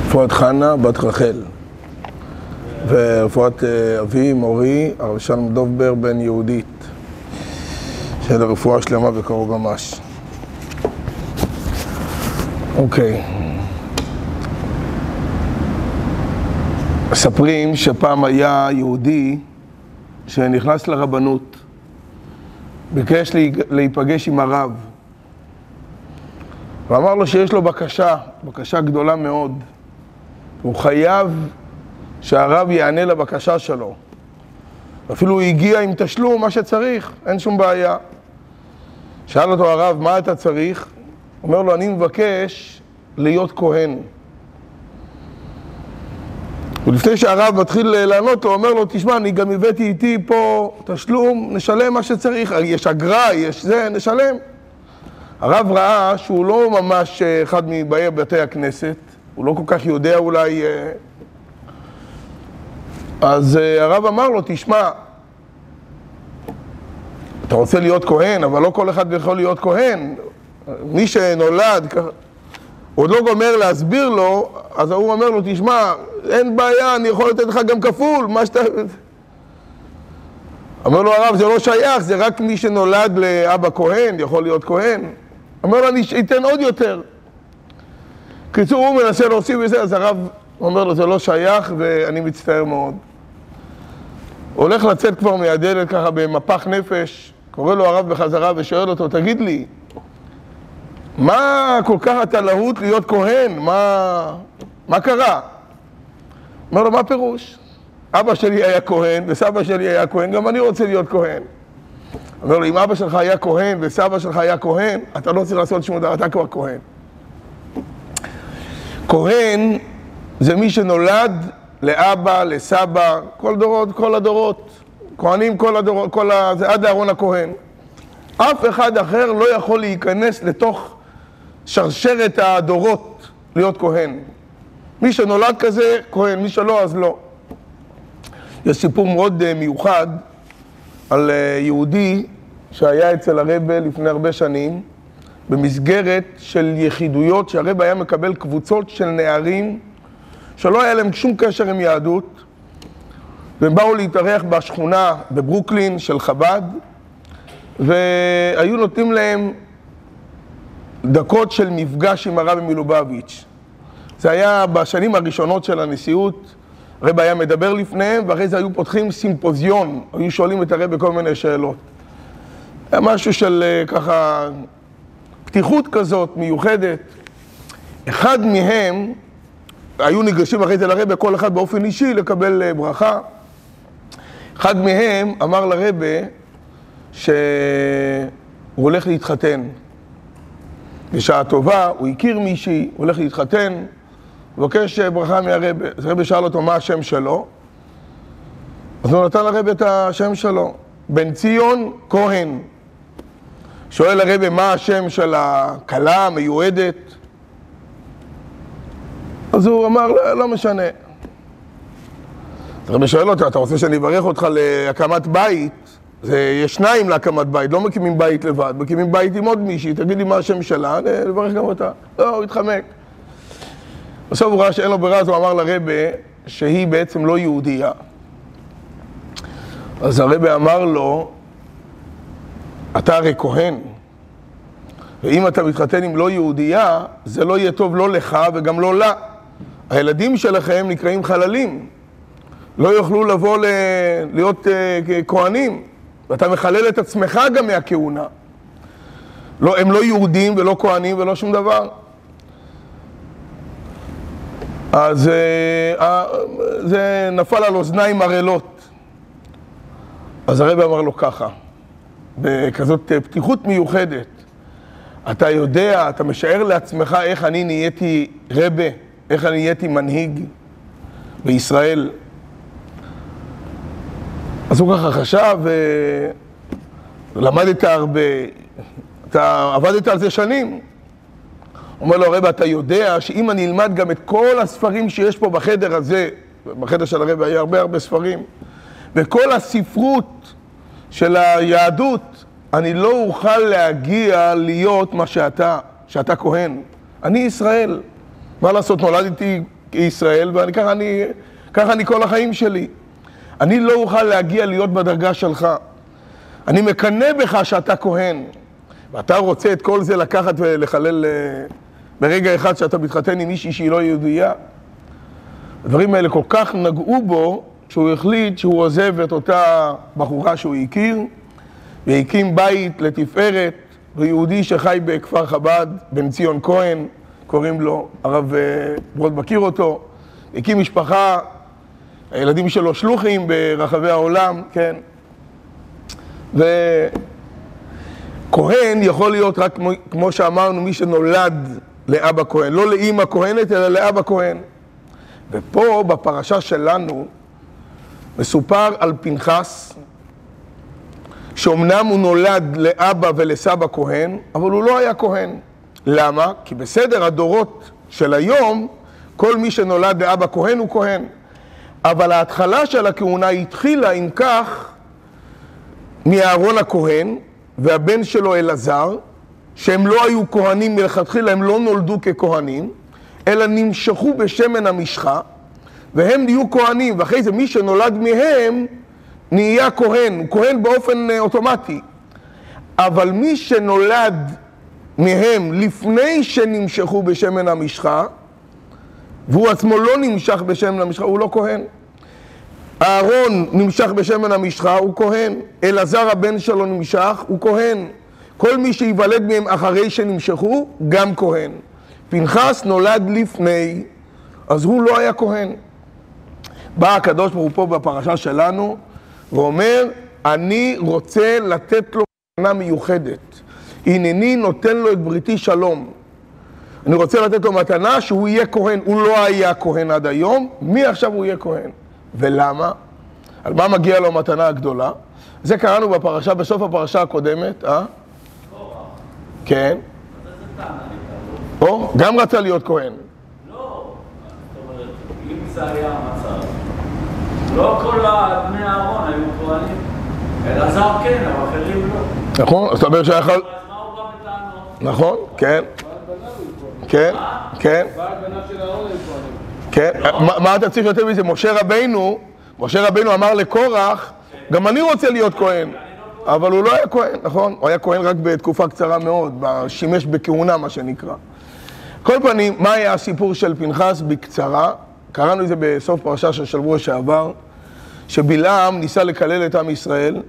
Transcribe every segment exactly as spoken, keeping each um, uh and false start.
רפואת חנה בת רחל, ורפואת אבי, מורי, הרב שלום דובר בן יהודית, של הרפואה שלמה וקרוב ממש. אוקיי. מספרים שפעם היה יהודי שנכנס לרבנות, ביקש להיפגש עם הרב, ואמר לו שיש לו בקשה, בקשה גדולה מאוד. הוא חייב שהרב יענה לבקשה שלו. אפילו הוא הגיע עם תשלום, מה שצריך, אין שום בעיה. שאל אותו הרב, מה אתה צריך? אומר לו, אני מבקש להיות כהן. ולפני שהרב מתחיל לענות לו, אומר לו, תשמע, אני גם הבאתי איתי פה תשלום, נשלם מה שצריך, יש אגרה, יש זה, נשלם. הרב ראה שהוא לא ממש אחד מבאי בתי הכנסת, הוא לא כל כך יודע אולי. אז הרב אמר לו, תשמע, אתה רוצה להיות כהן, אבל לא כל אחד יכול להיות כהן. מי שנולד, הוא עוד לא גומר להסביר לו, אז הוא אומר לו, תשמע, אין בעיה, אני יכול לתת לך גם כפול, מה שאתה... אומר לו הרב, זה לא שייך, זה רק מי שנולד לאבא כהן, יכול להיות כהן. אומר לו, אני אתן עוד יותר. קיצור, הוא מנסה להוסיף בזה, אז הרב אומר לו, זה לא שייך ואני מצטער מאוד. הוא הולך לצאת כבר מהדלת ככה במפח נפש, קורא לו הרב בחזרה ושואל אותו, תגיד לי, מה כל כך אתה להוט להיות כהן? מה, מה קרה? אומר לו, מה פירוש? אבא שלי היה כהן וסבא שלי היה כהן, גם אני רוצה להיות כהן. אומר לו, אם אבא שלך היה כהן וסבא שלך היה כהן, אתה לא צריך לעשות שום דבר, אתה כבר כהן. כהן זה מי שנולד לאבא, לסבא, כל דורות, כל הדורות. כהנים כל הדורות, כל ה... זה עד אהרון הכהן. אף אחד אחר לא יכול להיכנס לתוך שרשרת הדורות להיות כהן. מי שנולד כזה, כהן, מי שלא, אז לא. יש סיפור מאוד מיוחד על יהודי שהיה אצל הרב לפני הרבה שנים, במסגרת של יחידויות שהרב היה מקבל קבוצות של נערים שלא היה להם שום קשר עם יהדות, והם באו להתארח בשכונה בברוקלין של חב"ד, והיו נותנים להם דקות של מפגש עם הרב מלובביץ'. זה היה בשנים הראשונות של הנשיאות, הרב היה מדבר לפניהם, ואחרי זה היו פותחים סימפוזיון, היו שואלים את הרב בכל מיני שאלות. היה משהו של ככה פתיחות כזאת מיוחדת. אחד מהם, היו ניגשים אחרי זה לרב, כל אחד באופן אישי לקבל ברכה. אחד מהם אמר לרב שהוא הולך להתחתן. בשעה טובה, הוא הכיר מישהי, הוא הולך להתחתן, מבקש ברכה מהרב. אז הרב שאל אותו מה השם שלו, אז הוא נתן לרב את השם שלו, בן ציון כהן. שואל הרב מה השם של הכלה המיועדת, אז הוא אמר, לא, לא משנה. אז הרב שואל אותו, אתה רוצה שאני אברך אותך להקמת בית? זה, יש שניים להקמת בית, לא מקימים בית לבד, מקימים בית עם עוד מישהי, תגיד לי מה השם שלה, לברך גם אותה. לא, הוא התחמק. בסוף הוא ראה שאין לו ברירה, אז הוא אמר לרב שהיא בעצם לא יהודייה. אז הרב אמר לו, אתה הרי כהן, ואם אתה מתחתן עם לא יהודייה, זה לא יהיה טוב לא לך וגם לא לה. הילדים שלכם נקראים חללים, לא יוכלו לבוא ל... להיות uh, כהנים, ואתה מחלל את עצמך גם מהכהונה. לא, הם לא יהודים ולא כהנים ולא שום דבר. אז uh, uh, זה נפל על אוזניים ערלות. אז הרב אמר לו ככה, בכזאת פתיחות מיוחדת, אתה יודע, אתה משער לעצמך איך אני נהייתי רבה, איך אני נהייתי מנהיג בישראל. אז הוא ככה חשב, ולמדת הרבה, אתה עבדת על זה שנים. אומר לו הרב, אתה יודע שאם אני אלמד גם את כל הספרים שיש פה בחדר הזה, בחדר של הרב היה הרבה הרבה ספרים, וכל הספרות של היהדות, אני לא אוכל להגיע להיות מה שאתה, שאתה כהן. אני ישראל. מה לעשות, נולדתי ישראל, וככה אני, ככה אני כל החיים שלי. אני לא אוכל להגיע להיות בדרגה שלך. אני מקנא בך שאתה כהן, ואתה רוצה את כל זה לקחת ולחלל ברגע אחד שאתה מתחתן עם מישהי שהיא לא יהודייה. הדברים האלה כל כך נגעו בו, שהוא החליט שהוא עוזב את אותה בחורה שהוא הכיר, והקים בית לתפארת, ויהודי שחי בכפר חב"ד, בן ציון כהן, קוראים לו, הרב ברוד מכיר אותו, הקים משפחה, הילדים שלו שלוחים ברחבי העולם, כן? וכהן יכול להיות רק כמו, כמו שאמרנו, מי שנולד לאבא כהן, לא לאמא כהנת, אלא לאבא כהן. ופה בפרשה שלנו מסופר על פנחס, שאומנם הוא נולד לאבא ולסבא כהן, אבל הוא לא היה כהן. למה? כי בסדר הדורות של היום, כל מי שנולד לאבא כהן הוא כהן. אבל ההתחלה של הכהונה התחילה עם כך מאהרון הכהן והבן שלו אלעזר, שהם לא היו כהנים מלכתחילה, הם לא נולדו ככהנים, אלא נמשכו בשמן המשחה, והם נהיו כהנים, ואחרי זה מי שנולד מהם נהיה כהן, הוא כהן באופן אוטומטי. אבל מי שנולד מהם לפני שנמשכו בשמן המשחה, והוא עצמו לא נמשך בשמן המשחה, הוא לא כהן. אהרון נמשך בשמן המשחה, הוא כהן. אלעזר הבן שלו נמשך, הוא כהן. כל מי שיוולד מהם אחרי שנמשכו, גם כהן. פנחס נולד לפני, אז הוא לא היה כהן. בא הקדוש ברוך הוא פה בפרשה שלנו, ואומר, אני רוצה לתת לו מתנה מיוחדת. הנני נותן לו את בריתי שלום. אני רוצה לתת לו מתנה שהוא יהיה כהן. הוא לא היה כהן עד היום, מי עכשיו הוא יהיה כהן? ולמה? על מה מגיע לו מתנה הגדולה? זה קראנו בפרשה, בסוף הפרשה הקודמת, אה? כן. או, גם רצה להיות כהן. לא, זאת אומרת, אם זה היה המצב, לא כל בני אהרון היו כהנים. אלעזר כן, אבל אחרים לא. נכון, זאת אומרת שהיה יכול... אז מה הוא בא בטענות? נכון, כן. כן, כן. בעל בניו של אהרון היו כהנים. כן, מה אתה צריך יותר מזה? משה רבינו, משה רבינו אמר לקורח, גם אני רוצה להיות כהן. אבל הוא לא היה כהן, נכון? הוא היה כהן רק בתקופה קצרה מאוד, שימש בכהונה, מה שנקרא. כל פנים, מה היה הסיפור של פנחס בקצרה? קראנו את זה בסוף פרשה של שבוע שעבר, שבלעם ניסה לקלל את עם ישראל,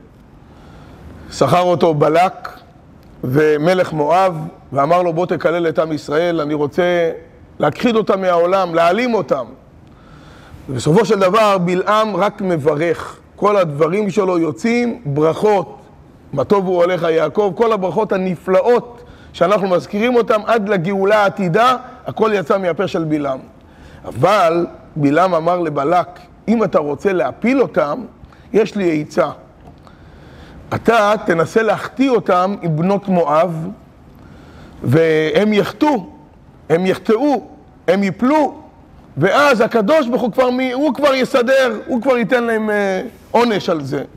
שכר אותו בלק ומלך מואב, ואמר לו בוא תקלל את עם ישראל, אני רוצה להכחיד אותם מהעולם, להעלים אותם. ובסופו של דבר בלעם רק מברך, כל הדברים שלו יוצאים ברכות, מה טוב הוא הולך יעקב, כל הברכות הנפלאות שאנחנו מזכירים אותם עד לגאולה העתידה, הכל יצא מהפה של בלעם. אבל בלעם אמר לבלק, אם אתה רוצה להפיל אותם, יש לי עצה. אתה תנסה להחטיא אותם עם בנות מואב, והם יחטאו, הם יחטאו, הם יפלו, ואז הקדוש ברוך הוא כבר, הוא כבר יסדר, הוא כבר ייתן להם עונש על זה.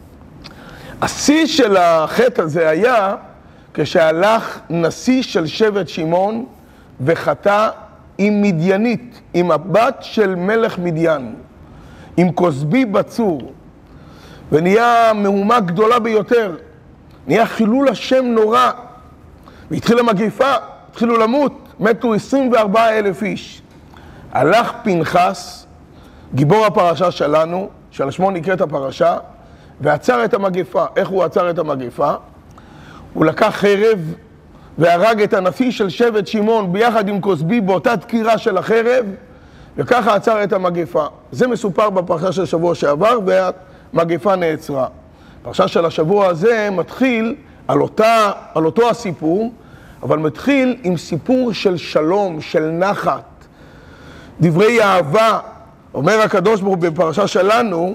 השיא של החטא הזה היה כשהלך נשיא של שבט שמעון וחטא עם מדיינית, עם הבת של מלך מדיין, עם כוסבי בצור, ונהיה מהומה גדולה ביותר, נהיה חילול השם נורא, והתחילה מגיפה, התחילו למות, מתו עשרים וארבעה אלף איש. הלך פנחס, גיבור הפרשה שלנו, שעל שמו נקראת הפרשה, ועצר את המגיפה. איך הוא עצר את המגיפה? הוא לקח חרב והרג את הנשיא של שבט שמעון ביחד עם כוסבי באותה דקירה של החרב, וככה עצר את המגיפה. זה מסופר בפרשה של שבוע שעבר, והמגיפה נעצרה. הפרשה של השבוע הזה מתחיל על, אותה, על אותו הסיפור, אבל מתחיל עם סיפור של שלום, של נחת, דברי אהבה. אומר הקדוש ברוך הוא בפרשה שלנו,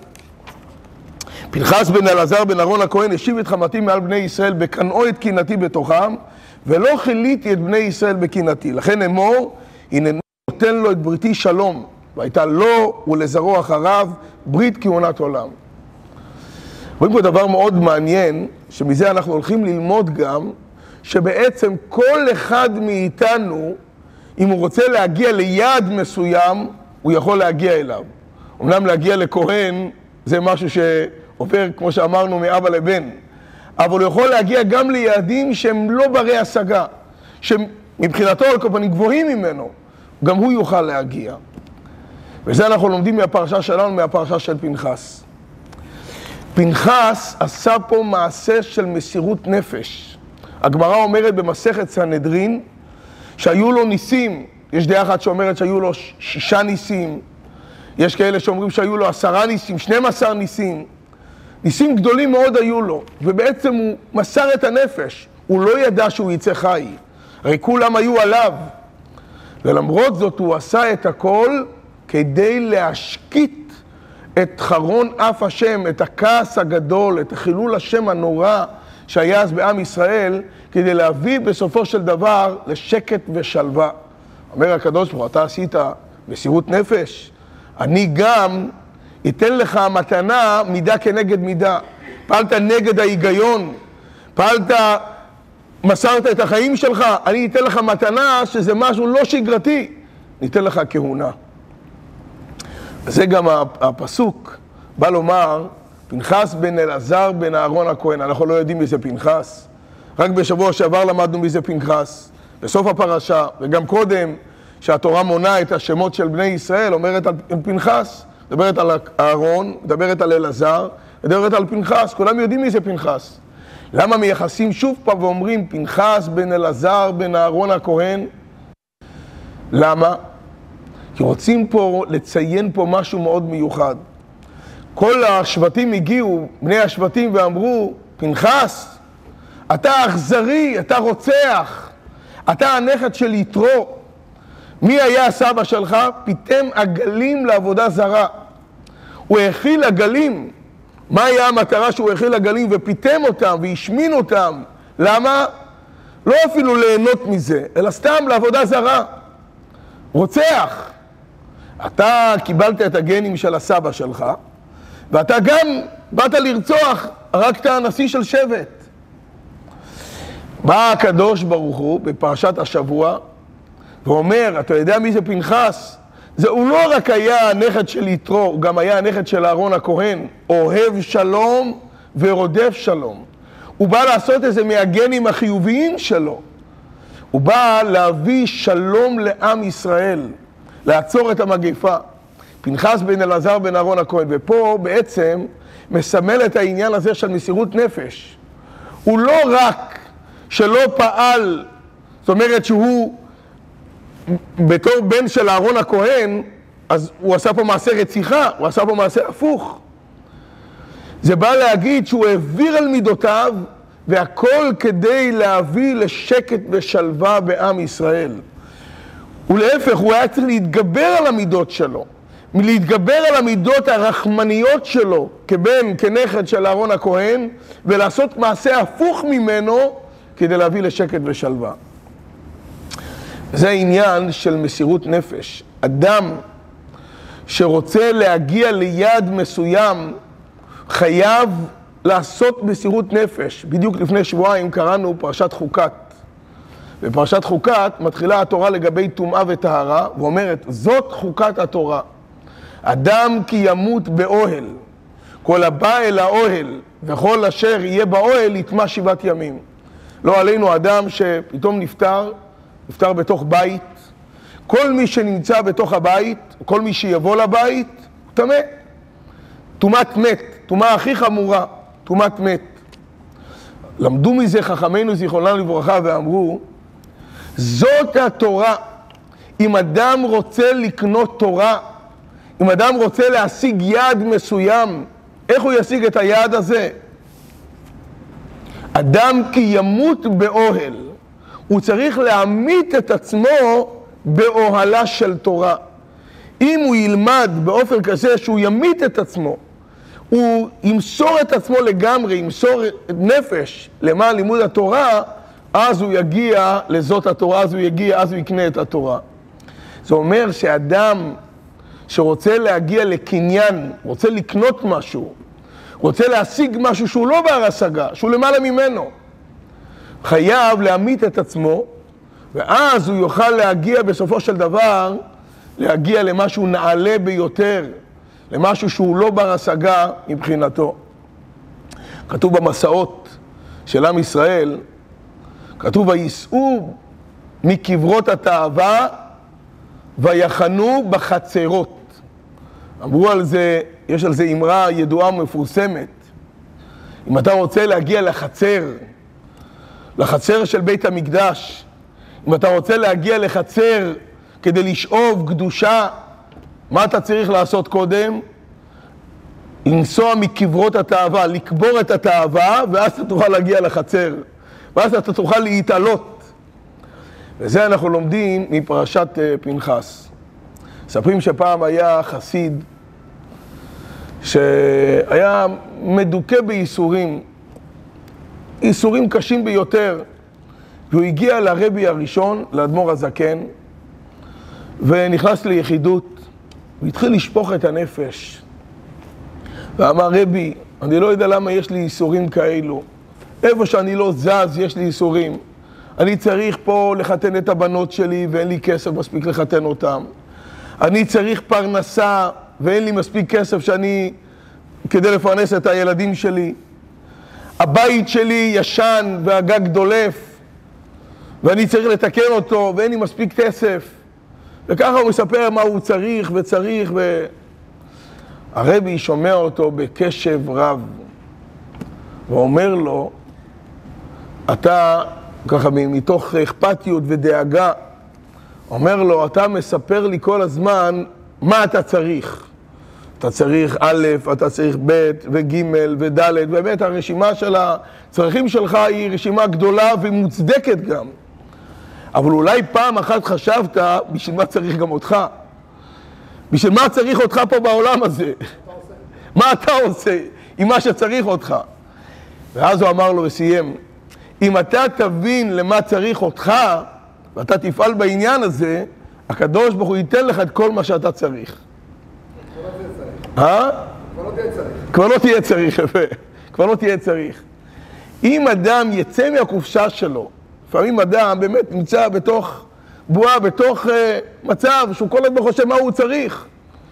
פנחס בן אלעזר בן אהרון הכהן השיב את חמתי מעל בני ישראל בקנאו את קנאתי בתוכם, ולא חיליתי את בני ישראל בקנאתי. לכן אמור, הנה נותן לו את בריתי שלום, והייתה לו ולזרעו אחריו ברית כהונת עולם. רואים פה דבר מאוד מעניין, שמזה אנחנו הולכים ללמוד גם, שבעצם כל אחד מאיתנו, אם הוא רוצה להגיע ליעד מסוים, הוא יכול להגיע אליו. אמנם להגיע לכהן זה משהו שעובר, כמו שאמרנו, מאבא לבן. אבל הוא יכול להגיע גם ליעדים שהם לא ברי השגה, שמבחינתו על כל פנים גבוהים ממנו, גם הוא יוכל להגיע. וזה אנחנו לומדים מהפרשה שלנו, מהפרשה של פנחס. פנחס עשה פה מעשה של מסירות נפש. הגמרא אומרת במסכת סנהדרין שהיו לו ניסים, יש דעה אחת שאומרת שהיו לו שישה ניסים, יש כאלה שאומרים שהיו לו עשרה ניסים, שנים עשר ניסים. ניסים גדולים מאוד היו לו, ובעצם הוא מסר את הנפש. הוא לא ידע שהוא יצא חי, הרי כולם היו עליו. ולמרות זאת הוא עשה את הכל כדי להשקיט את חרון אף השם, את הכעס הגדול, את חילול השם הנורא שהיה אז בעם ישראל, כדי להביא בסופו של דבר לשקט ושלווה. אומר הקדוש ברוך הוא, אתה עשית מסירות נפש, אני גם ייתן לך מתנה מידה כנגד מידה. פעלת נגד ההיגיון, פעלת, מסרת את החיים שלך, אני אתן לך מתנה שזה משהו לא שגרתי, ניתן לך כהונה. זה גם הפסוק בא לומר, פנחס בן אלעזר בן אהרון הכהן. אנחנו לא יודעים מי זה פנחס, רק בשבוע שעבר למדנו מי זה פנחס, בסוף הפרשה, וגם קודם שהתורה מונה את השמות של בני ישראל, אומרת על פנחס, מדברת על אהרון, מדברת על אלעזר, מדברת על פנחס, כולם יודעים מי זה פנחס. למה מייחסים שוב פעם ואומרים פנחס בן אלעזר בן אהרון הכהן? למה? כי רוצים פה לציין פה משהו מאוד מיוחד. כל השבטים הגיעו, בני השבטים, ואמרו, פנחס, אתה אכזרי, אתה רוצח, אתה הנכד של יתרו. מי היה הסבא שלך? פיתם עגלים לעבודה זרה. הוא האכיל עגלים. מה היה המטרה שהוא האכיל עגלים ופיתם אותם והשמין אותם? למה? לא אפילו ליהנות מזה, אלא סתם לעבודה זרה. רוצח. אתה קיבלת את הגנים של הסבא שלך, ואתה גם באת לרצוח, הרגת הנשיא של שבט. בא הקדוש ברוך הוא בפרשת השבוע, ואומר, אתה יודע מי זה פנחס? זה הוא לא רק היה הנכד של יתרו, הוא גם היה הנכד של אהרון הכהן, אוהב שלום ורודף שלום. הוא בא לעשות איזה מהגנים החיוביים שלו. הוא בא להביא שלום לעם ישראל, לעצור את המגפה. פנחס בן אלעזר בן אהרון הכהן, ופה בעצם מסמל את העניין הזה של מסירות נפש. הוא לא רק שלא פעל, זאת אומרת שהוא בתור בן של אהרון הכהן, אז הוא עשה פה מעשה רציחה, הוא עשה פה מעשה הפוך. זה בא להגיד שהוא העביר על מידותיו, והכל כדי להביא לשקט ושלווה בעם ישראל. ולהפך, הוא היה צריך להתגבר על המידות שלו, להתגבר על המידות הרחמניות שלו, כבן, כנכד של אהרון הכהן, ולעשות מעשה הפוך ממנו, כדי להביא לשקט ושלווה. זה העניין של מסירות נפש. אדם שרוצה להגיע ליעד מסוים, חייב לעשות מסירות נפש. בדיוק לפני שבועיים קראנו פרשת חוקת. בפרשת חוקת מתחילה התורה לגבי טומאה וטהרה, ואומרת, זאת חוקת התורה. אדם כי ימות באוהל, כל הבא אל האוהל, וכל אשר יהיה באוהל יטמא שבעת ימים. לא עלינו אדם שפתאום נפטר, נפטר בתוך בית. כל מי שנמצא בתוך הבית, כל מי שיבוא לבית, הוא טמא. טומאת מת, טומאה הכי חמורה, טומאת מת. למדו מזה חכמינו זיכרונם לברכה ואמרו, זאת התורה. אם אדם רוצה לקנות תורה, אם אדם רוצה להשיג יעד מסוים, איך הוא ישיג את היעד הזה? אדם כי ימות באוהל, הוא צריך להעמיד את עצמו באוהלה של תורה. אם הוא ילמד באופן כזה שהוא ימית את עצמו, הוא ימסור את עצמו לגמרי, ימסור נפש למען לימוד התורה, אז הוא יגיע לזאת התורה, אז הוא יגיע, אז הוא יקנה את התורה. זה אומר שאדם שרוצה להגיע לקניין, רוצה לקנות משהו, רוצה להשיג משהו שהוא לא בר השגה, שהוא למעלה ממנו, חייב להמית את עצמו, ואז הוא יוכל להגיע בסופו של דבר להגיע למשהו נעלה ביותר, למשהו שהוא לא בר השגה מבחינתו. כתוב במסעות של עם ישראל, כתוב ויסעו מקברות התאווה ויחנו בחצרות. אמרו על זה, יש על זה אמרה ידועה ומפורסמת. אם אתה רוצה להגיע לחצר, לחצר של בית המקדש, אם אתה רוצה להגיע לחצר כדי לשאוב קדושה, מה אתה צריך לעשות קודם? לנסוע מקברות התאווה, לקבור את התאווה, ואז אתה תוכל להגיע לחצר, ואז אתה תוכל להתעלות. וזה אנחנו לומדים מפרשת פנחס. מספרים שפעם היה חסיד שהיה מדוכא בייסורים, ייסורים קשים ביותר, והוא הגיע לרבי הראשון, לאדמו"ר הזקן, ונכנס ליחידות, והתחיל לשפוך את הנפש. ואמר, רבי, אני לא יודע למה יש לי ייסורים כאלו. איפה שאני לא זז, יש לי ייסורים. אני צריך פה לחתן את הבנות שלי, ואין לי כסף מספיק לחתן אותם. אני צריך פרנסה, ואין לי מספיק כסף שאני, כדי לפרנס את הילדים שלי. הבית שלי ישן והגג דולף, ואני צריך לתקן אותו, ואין לי מספיק כסף. וככה הוא מספר מה הוא צריך וצריך, והרבי שומע אותו בקשב רב, ואומר לו, אתה, ככה מתוך אכפתיות ודאגה, אומר לו, אתה מספר לי כל הזמן מה אתה צריך. אתה צריך א', אתה צריך ב' וג' וד', באמת הרשימה של הצרכים שלך היא רשימה גדולה ומוצדקת גם. אבל אולי פעם אחת חשבת, בשביל מה צריך גם אותך? בשביל מה צריך אותך פה בעולם הזה? מה אתה עושה עם מה שצריך אותך? ואז הוא אמר לו וסיים, אם אתה תבין למה צריך אותך, ואתה תפעל בעניין הזה, הקדוש ברוך הוא ייתן לך את כל מה שאתה צריך. אה? כבר לא תהיה צריך. כבר לא תהיה צריך, יפה. כבר לא תהיה צריך. אם אדם יצא מהקופשה שלו, לפעמים אדם באמת נמצא בתוך בועה, בתוך uh, מצב שהוא כל הזמן חושב מה הוא צריך.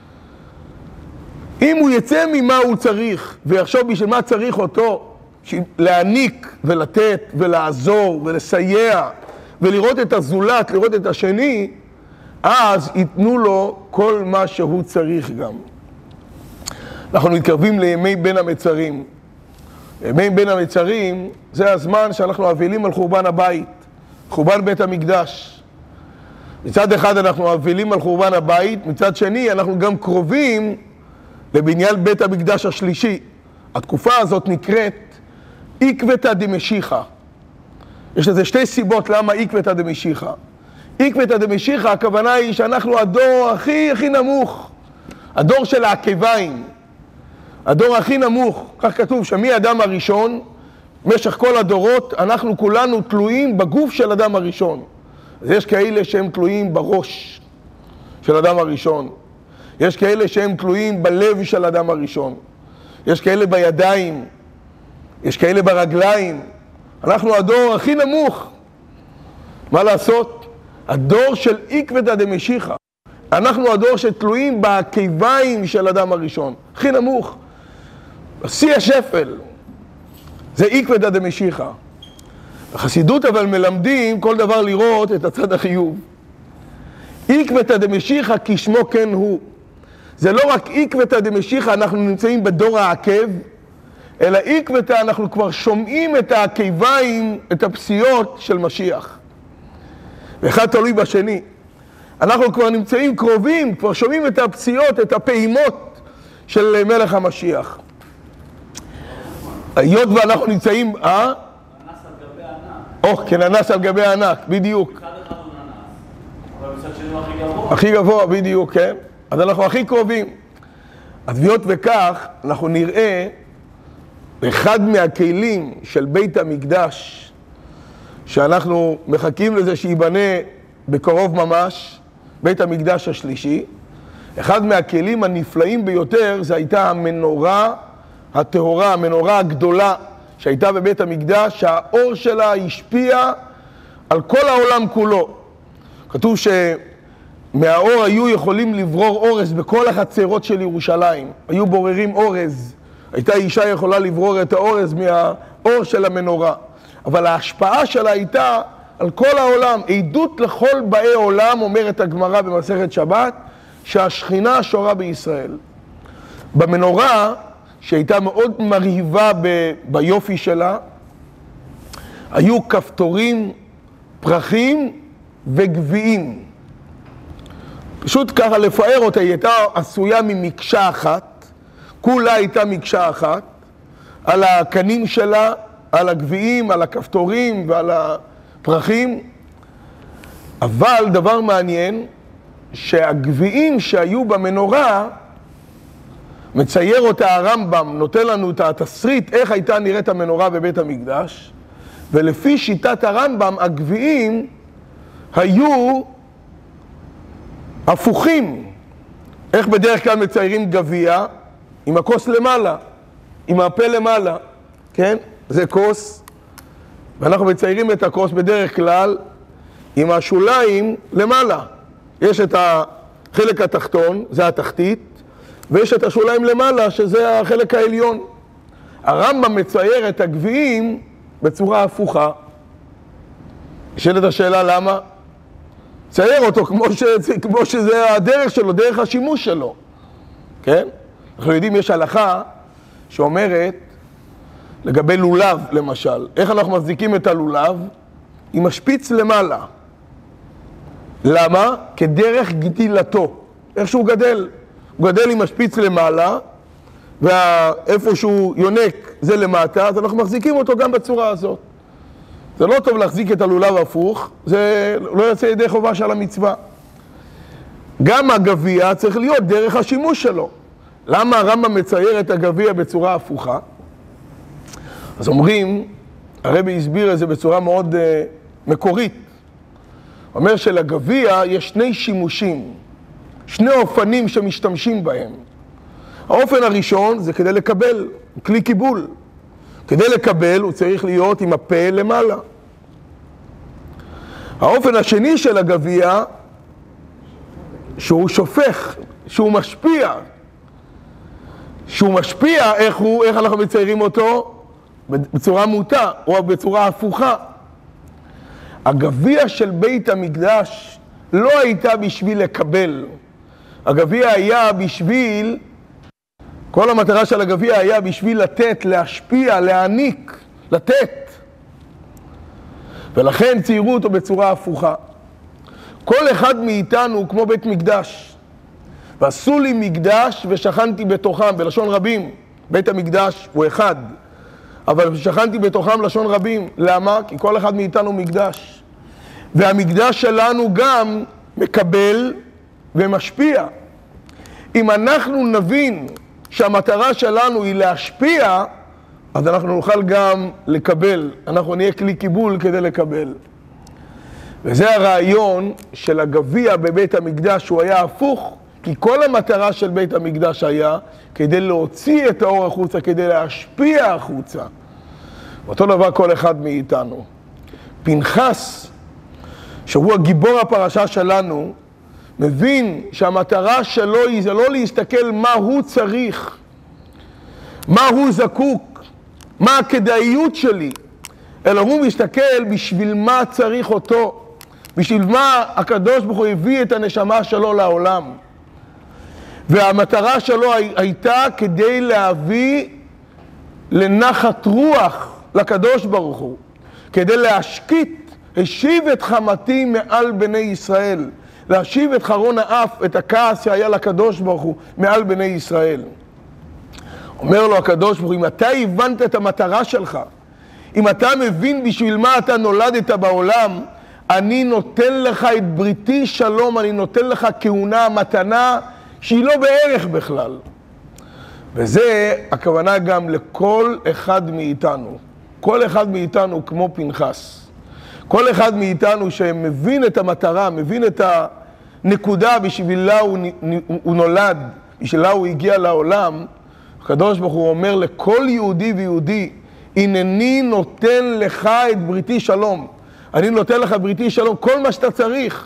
אם הוא יצא ממה הוא צריך ויחשוב בשביל מה צריך אותו, להעניק ולתת ולעזור ולסייע ולראות את הזולת, לראות את השני, אז ייתנו לו כל מה שהוא צריך גם. אנחנו מתקרבים לימי בין המצרים. ימי בין המצרים זה הזמן שאנחנו אבלים על חורבן הבית, חורבן בית המקדש. מצד אחד אנחנו אבלים על חורבן הבית, מצד שני אנחנו גם קרובים לבניין בית המקדש השלישי. התקופה הזאת נקראת עקבתא דמשיחא. יש לזה שתי סיבות למה עקבתא דמשיחא. עקבתא דמשיחא, הכוונה היא שאנחנו הדור הכי הכי נמוך, הדור של העקביים, הדור הכי נמוך. כך כתוב שמי אדם הראשון, במשך כל הדורות אנחנו כולנו תלויים בגוף של אדם הראשון. אז יש כאלה שהם תלויים בראש של אדם הראשון, יש כאלה שהם תלויים בלב של אדם הראשון, יש כאלה בידיים, יש כאלה ברגליים. אנחנו הדור הכי נמוך. מה לעשות? הדור של עקבתא דמשיחא. אנחנו הדור שתלויים בעקביים של אדם הראשון, הכי נמוך. שיא השפל זה עקבתא דמשיחא. בחסידות אבל מלמדים כל דבר לראות את הצד החיוב. עקבתא דמשיחא כשמו כן הוא. זה לא רק עקבתא דמשיחא, אנחנו נמצאים בדור העקב, אלא עקבתא אנחנו כבר שומעים את העקביים, את הפסיעות של משיח. ואחד תלוי בשני. אנחנו כבר נמצאים קרובים, כבר שומעים את הפסיעות, את הפעימות של מלך המשיח. היות ואנחנו נמצאים, אה? ננס על גבי הענק. או, כן, ננס על גבי הענק, בדיוק. מצד אחד הוא ננס, אבל מצד שני הוא הכי גבוה. הכי גבוה, בדיוק, כן. אז אנחנו הכי קרובים. אז היות וכך, אנחנו נראה אחד מהכלים של בית המקדש, שאנחנו מחכים לזה שיבנה בקרוב ממש, בית המקדש השלישי. אחד מהכלים הנפלאים ביותר זה הייתה המנורה הטהורה, המנורה הגדולה שהייתה בבית המקדש, שהאור שלה השפיע על כל העולם כולו. כתוב מהאור היו יכולים לברור אורז בכל החצרות של ירושלים. היו בוררים אורז. הייתה אישה יכולה לברור את האורז מהאור של המנורה. אבל ההשפעה שלה הייתה על כל העולם. עדות לכל באי עולם, אומרת הגמרא במסכת שבת, שהשכינה שורה בישראל. במנורה, שהייתה מאוד מרהיבה ב- ביופי שלה, היו כפתורים, פרחים וגביעים. פשוט ככה לפאר אותה, היא הייתה עשויה ממקשה אחת, כולה הייתה מקשה אחת, על הקנים שלה, על הגביעים, על הכפתורים ועל הפרחים. אבל דבר מעניין, שהגביעים שהיו במנורה, מצייר אותה הרמב"ם, נותן לנו את התסריט, איך הייתה נראית המנורה בבית המקדש, ולפי שיטת הרמב"ם, הגביעים היו הפוכים. איך בדרך כלל מציירים גביע? עם הכוס למעלה, עם הפה למעלה, כן? זה כוס, ואנחנו מציירים את הכוס בדרך כלל עם השוליים למעלה. יש את החלק התחתון, זה התחתית, ויש את השוליים למעלה, שזה החלק העליון. הרמב"ם מצייר את הגביעים בצורה הפוכה. נשאלת השאלה למה? צייר אותו כמו, ש... כמו שזה הדרך שלו, דרך השימוש שלו. כן? אנחנו יודעים, יש הלכה שאומרת, לגבי לולב למשל, איך אנחנו מחזיקים את הלולב? עם השפיץ למעלה. למה? כדרך גדילתו. איך שהוא גדל. הוא גדל עם השפיץ למעלה, ואיפה שהוא יונק זה למטה, אז אנחנו מחזיקים אותו גם בצורה הזאת. זה לא טוב להחזיק את הלולב הפוך, זה לא יוצא ידי חובה של המצווה. גם הגביע צריך להיות דרך השימוש שלו. למה הרמב"ם מצייר את הגביע בצורה הפוכה? אז אומרים, הרבי הסביר את זה בצורה מאוד uh, מקורית. הוא אומר שלגביע יש שני שימושים, שני אופנים שמשתמשים בהם. האופן הראשון זה כדי לקבל, כלי קיבול. כדי לקבל הוא צריך להיות עם הפה למעלה. האופן השני של הגביע, שהוא שופך, שהוא משפיע. שהוא משפיע, איך, הוא, איך אנחנו מציירים אותו? בצורה מוטה או בצורה הפוכה. הגביע של בית המקדש לא הייתה בשביל לקבל. הגביע היה בשביל, כל המטרה של הגביע היה בשביל לתת, להשפיע, להעניק, לתת. ולכן ציירו אותו בצורה הפוכה. כל אחד מאיתנו הוא כמו בית מקדש. ועשו לי מקדש ושכנתי בתוכם, בלשון רבים. בית המקדש הוא אחד. אבל שכנתי בתוכם לשון רבים. למה? כי כל אחד מאיתנו הוא מקדש. והמקדש שלנו גם מקבל ומשפיע. אם אנחנו נבין שהמטרה שלנו היא להשפיע, אז אנחנו נוכל גם לקבל. אנחנו נהיה כלי קיבול כדי לקבל. וזה הרעיון של הגביע בבית המקדש, שהוא היה הפוך, כי כל המטרה של בית המקדש היה כדי להוציא את האור החוצה, כדי להשפיע החוצה. אותו דבר כל אחד מאיתנו. פנחס, שהוא הגיבור הפרשה שלנו, מבין שהמטרה שלו היא זה לא להסתכל מה הוא צריך, מה הוא זקוק, מה הכדאיות שלי, אלא הוא מסתכל בשביל מה צריך אותו, בשביל מה הקדוש ברוך הוא הביא את הנשמה שלו לעולם. והמטרה שלו הייתה כדי להביא לנחת רוח לקדוש ברוך הוא, כדי להשקיט, השיב את חמתי מעל בני ישראל, להשיב את חרון האף, את הכעס שהיה לקדוש ברוך הוא מעל בני ישראל. אומר לו הקדוש ברוך הוא, אם אתה הבנת את המטרה שלך, אם אתה מבין בשביל מה אתה נולדת בעולם, אני נותן לך את בריתי שלום, אני נותן לך כהונה, מתנה, שהיא לא בערך בכלל. וזה הכוונה גם לכל אחד מאיתנו. כל אחד מאיתנו כמו פנחס. כל אחד מאיתנו שמבין את המטרה, מבין את הנקודה בשבילה הוא, הוא נולד, בשבילה הוא הגיע לעולם, הקדוש ברוך הוא אומר לכל יהודי ויהודי, הנני נותן לך את בריתי שלום. אני נותן לך בריתי שלום, כל מה שאתה צריך.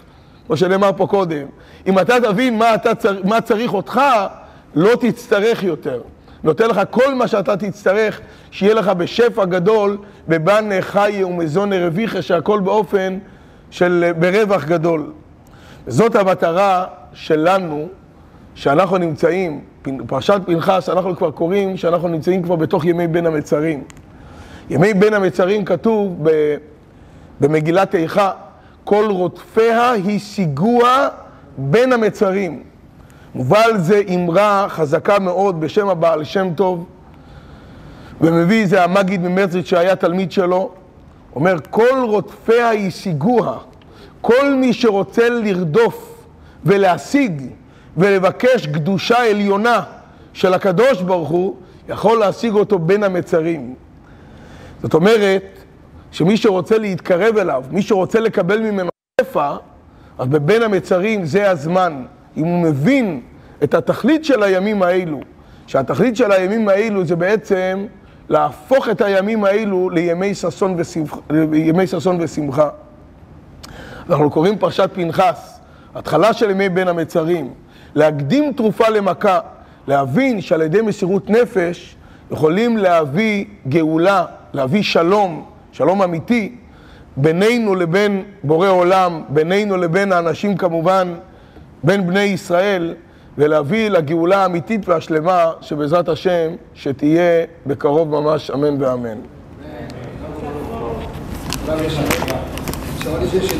כמו שנאמר פה קודם. אם אתה תבין מה, אתה צר... מה צריך אותך, לא תצטרך יותר. נותן לך כל מה שאתה תצטרך, שיהיה לך בשפע גדול, בבן חי ומזון רוויחה, שהכל באופן של ברווח גדול. וזאת המטרה שלנו, שאנחנו נמצאים, פרשת פנחס, אנחנו כבר קוראים שאנחנו נמצאים כבר בתוך ימי בין המצרים. ימי בין המצרים כתוב ב... במגילת איכה, כל רודפיה השיגוה בין המצרים. מובא על זה אמרה חזקה מאוד בשם הבעל שם טוב, ומביא זה המגיד ממרזית שהיה תלמיד שלו, אומר כל רודפיה השיגוה, כל מי שרוצה לרדוף ולהשיג ולבקש קדושה עליונה של הקדוש ברוך הוא, יכול להשיג אותו בין המצרים. זאת אומרת, שמי שרוצה להתקרב אליו, מי שרוצה לקבל ממנו שפע, אז בבין המצרים זה הזמן. אם הוא מבין את התכלית של הימים האלו, שהתכלית של הימים האלו זה בעצם להפוך את הימים האלו לימי ששון ושמחה. לימי ששון ושמחה. אנחנו קוראים פרשת פנחס, התחלה של ימי בין המצרים, להקדים תרופה למכה, להבין שעל ידי מסירות נפש יכולים להביא גאולה, להביא שלום, שלום אמיתי, בינינו לבין בורא עולם, בינינו לבין האנשים כמובן, בין בני ישראל, ולהביא לגאולה האמיתית והשלמה שבעזרת השם שתהיה בקרוב ממש, אמן ואמן.